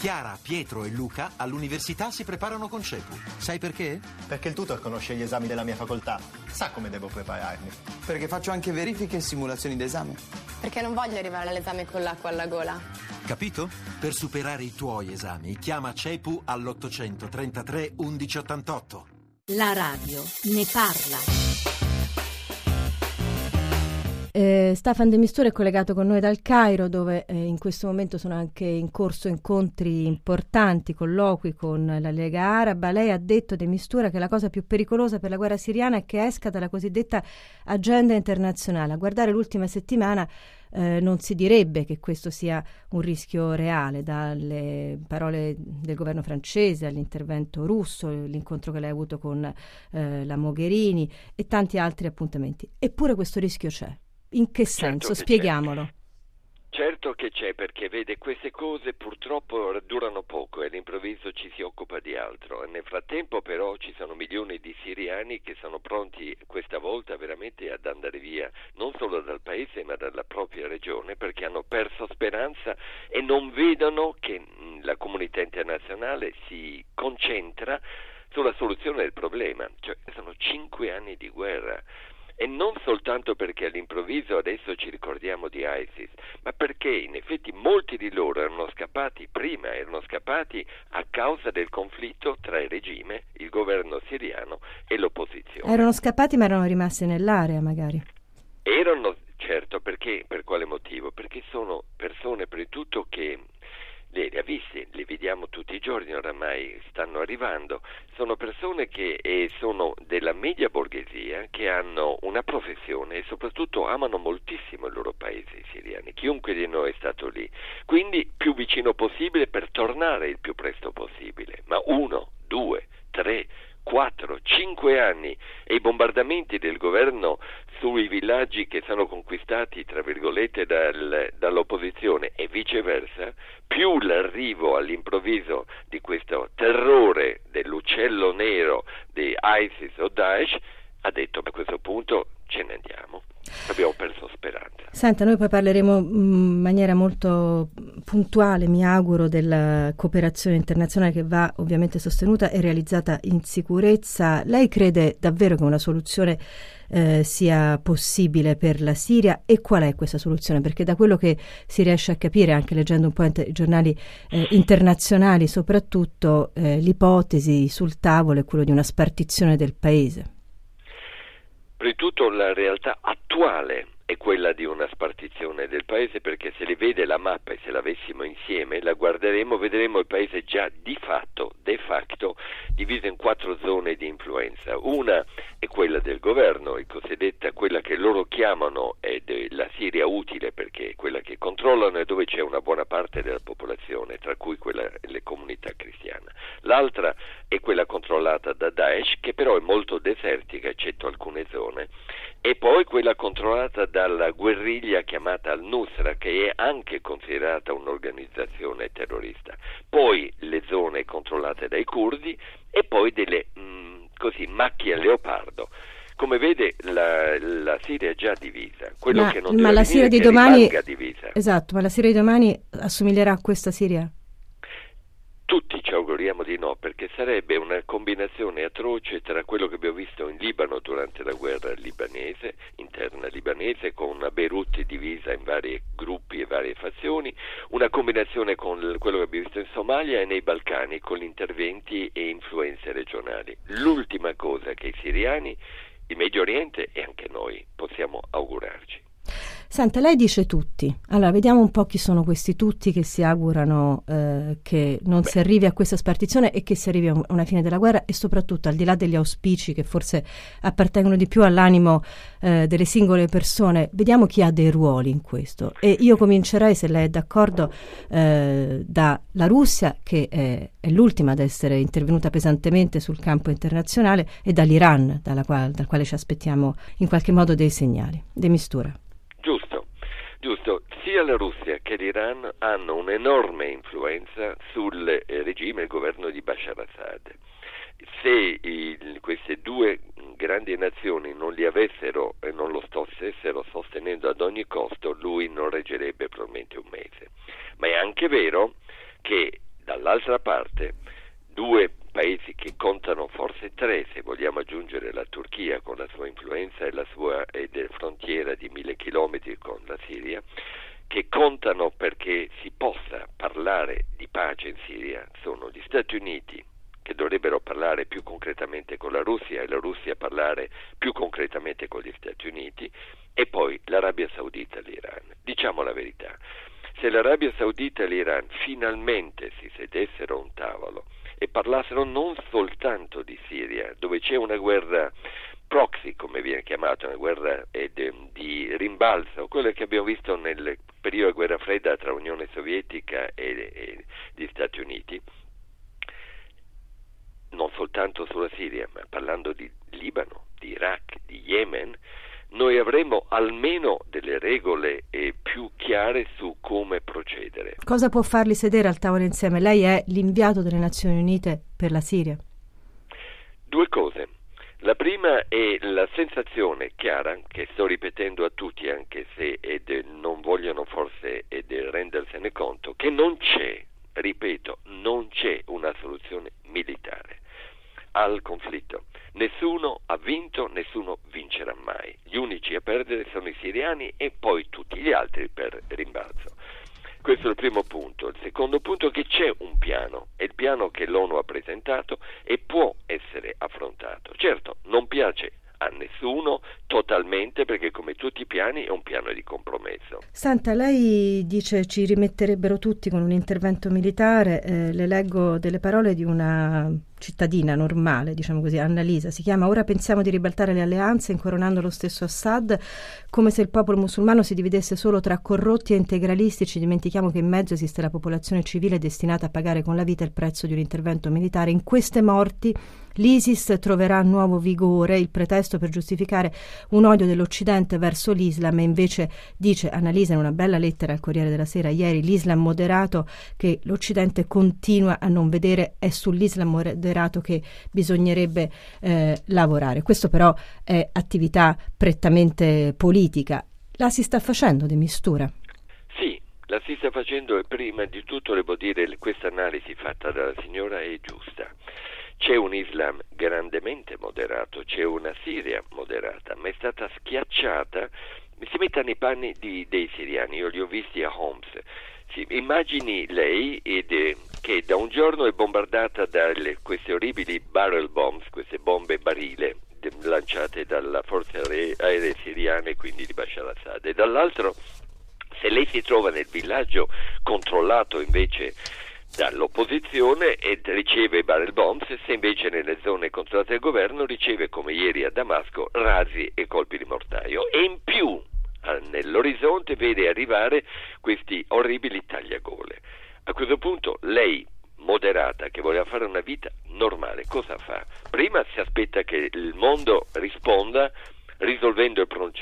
Chiara, Pietro e Luca all'università si preparano con CEPU. Sai perché? Perché il tutor conosce gli esami della mia facoltà. Sa come devo prepararmi. Perché faccio anche verifiche e simulazioni d'esame. Perché non voglio arrivare all'esame con l'acqua alla gola. Capito? Per superare i tuoi esami, chiama CEPU all'800 33 11 88. La radio ne parla. Staffan De Mistura è collegato con noi dal Cairo, dove in questo momento sono anche in corso incontri importanti, colloqui con la Lega Araba. Lei ha detto, De Mistura, che la cosa più pericolosa per la guerra siriana è che esca dalla cosiddetta agenda internazionale. A guardare l'ultima settimana non si direbbe che questo sia un rischio reale, dalle parole del governo francese all'intervento russo, l'incontro che lei ha avuto con la Mogherini e tanti altri appuntamenti. Eppure questo rischio c'è. In che senso? Spieghiamolo. Certo che c'è, perché vede, queste cose purtroppo durano poco e all'improvviso ci si occupa di altro. E nel frattempo però ci sono milioni di siriani che sono pronti questa volta veramente ad andare via, non solo dal paese ma dalla propria regione, perché hanno perso speranza e non vedono che la comunità internazionale si concentra sulla soluzione del problema. Cioè, sono 5 anni di guerra. E non soltanto perché all'improvviso adesso ci ricordiamo di ISIS, ma perché in effetti molti di loro erano scappati a causa del conflitto tra il regime, il governo siriano e l'opposizione. Erano scappati ma erano rimasti nell'area magari. Certo, perché? Per quale motivo? Perché sono persone per tutto che le ha viste, le vediamo tutti i giorni oramai, stanno arrivando, sono persone che sono della media borghesia, che hanno una professione e soprattutto amano moltissimo il loro paese, i siriani, chiunque di noi è stato lì, quindi più vicino possibile per tornare il più presto possibile, ma 1, 2, 3, 4, 5 anni e i bombardamenti del governo sui villaggi che sono conquistati tra virgolette dall'opposizione e viceversa, più l'arrivo all'improvviso di questo terrore dell'uccello nero di ISIS o Daesh, ha detto a questo punto ce ne andiamo. Abbiamo perso speranza. Senta, noi poi parleremo in maniera molto puntuale, mi auguro, della cooperazione internazionale che va ovviamente sostenuta e realizzata in sicurezza. Lei crede davvero che una soluzione sia possibile per la Siria, e qual è questa soluzione? Perché da quello che si riesce a capire, anche leggendo un po' i giornali internazionali soprattutto, l'ipotesi sul tavolo è quello di una spartizione del paese. Prima di tutto la realtà attuale è quella di una spartizione del paese, perché se le vede la mappa e se l'avessimo insieme la guarderemo, vedremo il paese già de facto diviso in 4 zone di influenza. Una è quella del governo, il cosiddetta, quella che loro chiamano la Siria utile, perché è quella che controllano e dove c'è una buona parte della popolazione, tra cui le comunità cristiane. L'altra è quella controllata da Daesh, che però è molto desertica eccetto alcune zone, e poi quella controllata dalla guerriglia chiamata Al-Nusra, che è anche considerata un'organizzazione terrorista. Poi le zone controllate dai curdi e poi delle macchie a leopardo. Come vede la Siria è già divisa. Quello che non ma deve la Siria di che domani divisa. Esatto, ma la Siria di domani assomiglierà a questa Siria? Tutti ci auguriamo di no, perché sarebbe una combinazione atroce tra quello che abbiamo visto in Libano durante la guerra interna libanese, con una Beirut divisa in vari gruppi e varie fazioni, una combinazione con quello che abbiamo visto in Somalia e nei Balcani, con gli interventi e influenze regionali. L'ultima cosa che i siriani, il Medio Oriente e anche noi possiamo augurarci. Senta, lei dice tutti. Allora, vediamo un po' chi sono questi tutti che si augurano che non si arrivi a questa spartizione e che si arrivi a una fine della guerra, e soprattutto, al di là degli auspici che forse appartengono di più all'animo delle singole persone, vediamo chi ha dei ruoli in questo. E io comincerei, se lei è d'accordo, dalla Russia, che è l'ultima ad essere intervenuta pesantemente sul campo internazionale, e dall'Iran, dal quale ci aspettiamo in qualche modo dei segnali. De Mistura. Giusto, sia la Russia che l'Iran hanno un'enorme influenza sul regime e il governo di Bashar Assad. Se queste due grandi nazioni non li avessero e non lo stessero sostenendo ad ogni costo, lui non reggerebbe probabilmente un mese. Ma è anche vero che dall'altra parte due paesi che contano, forse tre se vogliamo aggiungere la Turchia con la sua influenza e della frontiera di 1000 chilometri con la Siria, che contano perché si possa parlare di pace in Siria, sono gli Stati Uniti, che dovrebbero parlare più concretamente con la Russia e la Russia parlare più concretamente con gli Stati Uniti, e poi l'Arabia Saudita e l'Iran. Diciamo la verità, se l'Arabia Saudita e l'Iran finalmente si sedessero a un tavolo e parlassero non soltanto di Siria, dove c'è una guerra proxy, come viene chiamata, una guerra di rimbalzo, quello che abbiamo visto nel periodo di guerra fredda tra Unione Sovietica e gli Stati Uniti, non soltanto sulla Siria, ma parlando di Libano, di Iraq, di Yemen, noi avremo almeno delle regole più chiare su come procedere. Cosa può farli sedere al tavolo insieme? Lei è l'inviato delle Nazioni Unite per la Siria. Due cose. La prima è la sensazione chiara, che sto ripetendo a tutti anche se non vogliono forse rendersene conto, che non c'è, ripeto, non c'è una soluzione militare al conflitto. Nessuno ha vinto, nessuno vincerà mai. Gli unici a perdere sono i siriani e poi tutti gli altri per rimbalzo. Questo è il primo punto. Il secondo punto è che c'è un piano, è il piano che l'ONU ha presentato e può essere affrontato. Certo, non piace a nessuno totalmente, perché come tutti i piani è un piano di compromesso. Senta, lei dice ci rimetterebbero tutti con un intervento militare, le leggo delle parole di una cittadina normale, diciamo così, Annalisa, si chiama: ora pensiamo di ribaltare le alleanze incoronando lo stesso Assad, come se il popolo musulmano si dividesse solo tra corrotti e integralisti, ci dimentichiamo che in mezzo esiste la popolazione civile destinata a pagare con la vita il prezzo di un intervento militare. In queste morti l'ISIS troverà nuovo vigore, il pretesto per giustificare un odio dell'Occidente verso l'Islam, e invece, dice Annalisa in una bella lettera al Corriere della Sera ieri, l'Islam moderato che l'Occidente continua a non vedere, è sull'Islam moderato che bisognerebbe lavorare. Questo però è attività prettamente politica. La si sta facendo di mistura? Sì, la si sta facendo, e prima di tutto devo dire che questa analisi fatta dalla signora è giusta. C'è un Islam grandemente moderato, c'è una Siria moderata, ma è stata schiacciata. Si metta nei panni dei siriani, io li ho visti a Homs. Immagini lei che da un giorno è bombardata da queste orribili barrel bombs, queste bombe barile lanciate dalla forze aeree siriane, quindi di Bashar al-Assad, e dall'altro, se lei si trova nel villaggio controllato invece dall'opposizione e riceve barrel bombs, se invece nelle zone controllate dal governo riceve, come ieri a Damasco, razzi e colpi di mortaio, e in più nell'orizzonte vede arrivare questi orribili tagliagole. A questo punto lei, moderata, che voleva fare una vita normale, cosa fa? Prima si aspetta che il mondo risponda risolvendo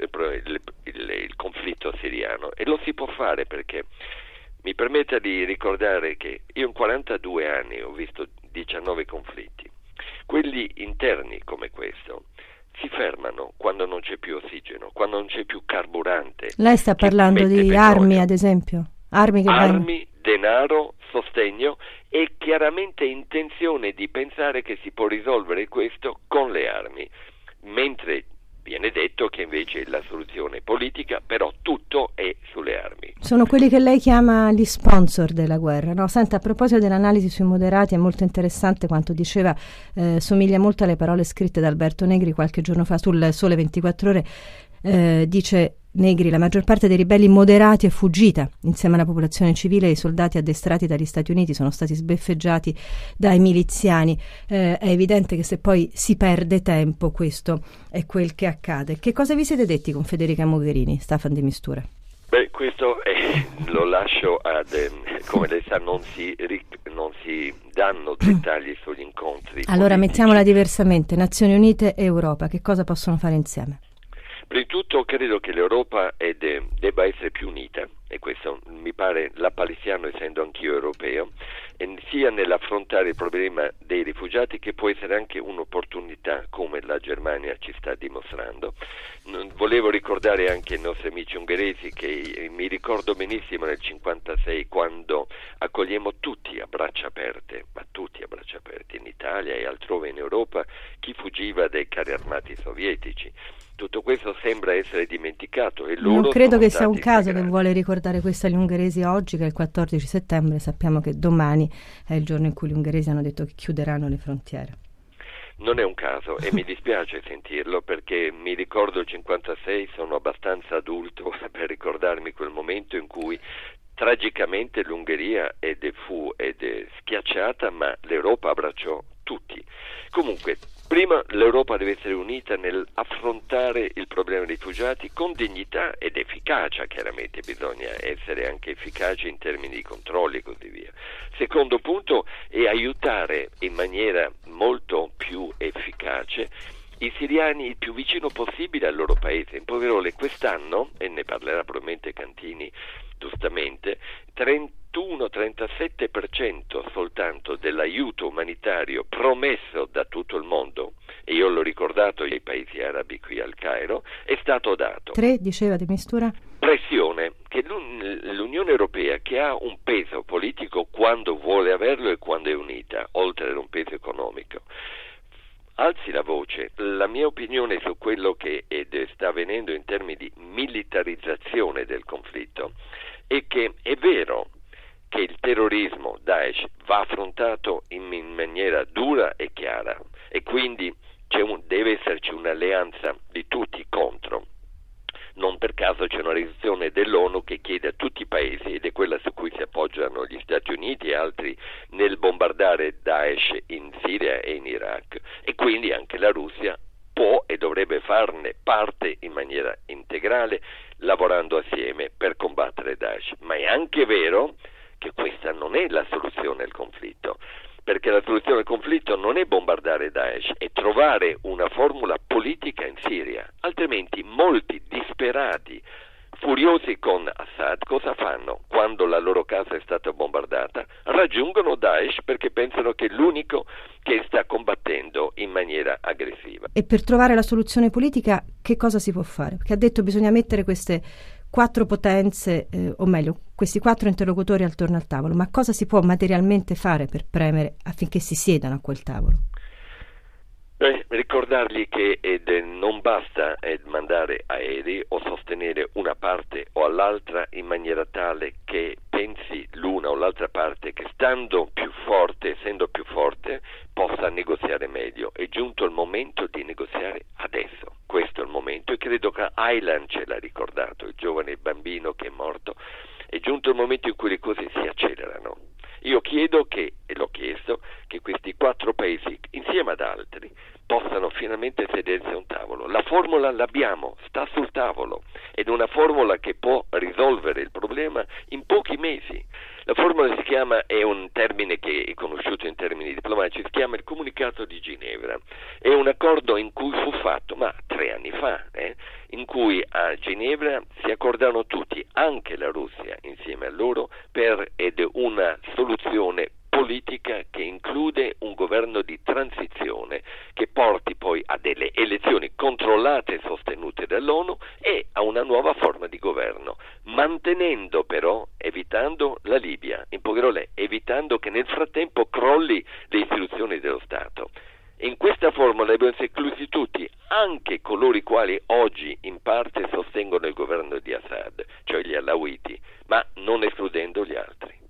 il conflitto siriano, e lo si può fare perché mi permetta di ricordare che io in 42 anni ho visto 19 conflitti. Quelli interni come questo si fermano quando non c'è più ossigeno, quando non c'è più carburante. Lei sta parlando di petrolio. Armi, ad esempio? Armi, denaro, sostegno, e chiaramente intenzione di pensare che si può risolvere questo con le armi, mentre viene detto che invece la soluzione è politica, però tutto è sulle armi. Sono quelli che lei chiama gli sponsor della guerra, no? Senta, a proposito dell'analisi sui moderati, è molto interessante quanto diceva, somiglia molto alle parole scritte da Alberto Negri qualche giorno fa sul Sole 24 Ore. Dice Negri: la maggior parte dei ribelli moderati è fuggita, insieme alla popolazione civile e i soldati addestrati dagli Stati Uniti sono stati sbeffeggiati dai miliziani. È evidente che se poi si perde tempo, questo è quel che accade. Che cosa vi siete detti con Federica Mogherini, Staffan de Mistura? Beh, questo lo lascio come lei sa, non si danno dettagli sugli incontri. Allora politici. Mettiamola diversamente: Nazioni Unite e Europa, che cosa possono fare insieme? Prima di tutto credo che l'Europa debba essere più unita, e questo mi pare lapalissiano, essendo anch'io europeo, sia nell'affrontare il problema dei rifugiati, che può essere anche un'opportunità, come la Germania ci sta dimostrando. Volevo ricordare anche ai nostri amici ungheresi che mi ricordo benissimo nel 1956, quando accogliemmo tutti a braccia aperte, ma tutti a braccia aperte, in Italia e altrove in Europa, chi fuggiva dai carri armati sovietici. Tutto questo sembra essere dimenticato e loro non credo sono che sia un stati caso integrati. che vuole ricordare questo agli ungheresi oggi, che è il 14 settembre. Sappiamo che domani è il giorno in cui gli ungheresi hanno detto che chiuderanno le frontiere. Non è un caso e mi dispiace sentirlo, perché mi ricordo il 56, sono abbastanza adulto per ricordarmi quel momento in cui tragicamente l'Ungheria fu schiacciata, ma l'Europa abbracciò tutti. Comunque, prima l'Europa deve essere unita nell'affrontare il problema dei rifugiati con dignità ed efficacia, chiaramente bisogna essere anche efficaci in termini di controlli e così via. Secondo punto è aiutare in maniera molto più efficace i siriani il più vicino possibile al loro paese. In Poverole quest'anno, e ne parlerà probabilmente Cantini giustamente, 31-37% soltanto dell'aiuto umanitario promesso da tutto il mondo, e io l'ho ricordato ai paesi arabi qui al Cairo, è stato dato. 3, diceva De Mistura? Pressione che l'Unione Europea, che ha un peso politico quando vuole averlo e quando è unita, oltre ad un peso economico, alzi la voce. La mia opinione su quello che sta avvenendo in termini di militarizzazione del conflitto è che è vero che il terrorismo Daesh va affrontato in maniera dura e chiara, e quindi deve esserci un'alleanza di tutti contro. Non per caso c'è una risoluzione dell'ONU che chiede a tutti i paesi, ed è quella su cui si appoggiano gli Stati Uniti e altri nel bombardare Daesh in Siria e in Iraq, e quindi anche la Russia può e dovrebbe farne parte in maniera integrale, lavorando assieme per combattere Daesh. Ma è anche vero che questa non è la soluzione al conflitto, perché la soluzione al conflitto non è bombardare Daesh, è trovare una formula politica in Siria. Altrimenti molti disperati, furiosi con Assad, cosa fanno? Quando la loro casa è stata bombardata, raggiungono Daesh perché pensano che è l'unico che sta combattendo in maniera aggressiva. E per trovare la soluzione politica che cosa si può fare? Perché ha detto bisogna mettere queste 4 potenze, o meglio, questi 4 interlocutori attorno al tavolo, ma cosa si può materialmente fare per premere affinché si siedano a quel tavolo? Ricordargli che non basta mandare aerei o sostenere una parte o l'altra in maniera tale che pensi l'una o l'altra parte che essendo più forte, possa negoziare meglio. È giunto il momento di negoziare adesso. Questo è il momento, e credo che Aylan ce l'ha ricordato, il giovane bambino che è morto. È giunto il momento in cui le cose si accelerano. Io chiedo e l'ho chiesto, che questi 4 paesi, insieme ad altri, possano finalmente sedersi a un tavolo. La formula l'abbiamo, sta sul tavolo, ed è una formula che può risolvere il problema in pochi mesi. La formula è un termine che è conosciuto in termini diplomatici, si chiama il Comunicato di Ginevra. È un accordo in cui fu fatto, 3 anni fa, in cui a Ginevra si accordarono tutti, anche la Russia insieme a loro, ed una soluzione politica che include un governo di transizione che porti poi a delle elezioni controllate e sostenute dall'ONU e a una nuova forma di governo, mantenendo però, evitando la Libia, in poche parole, evitando che nel frattempo crolli le istituzioni dello Stato. In questa formula devono essere inclusi tutti, anche coloro i quali oggi in parte sostengono il governo di Assad, cioè gli alawiti, ma non escludendo gli altri.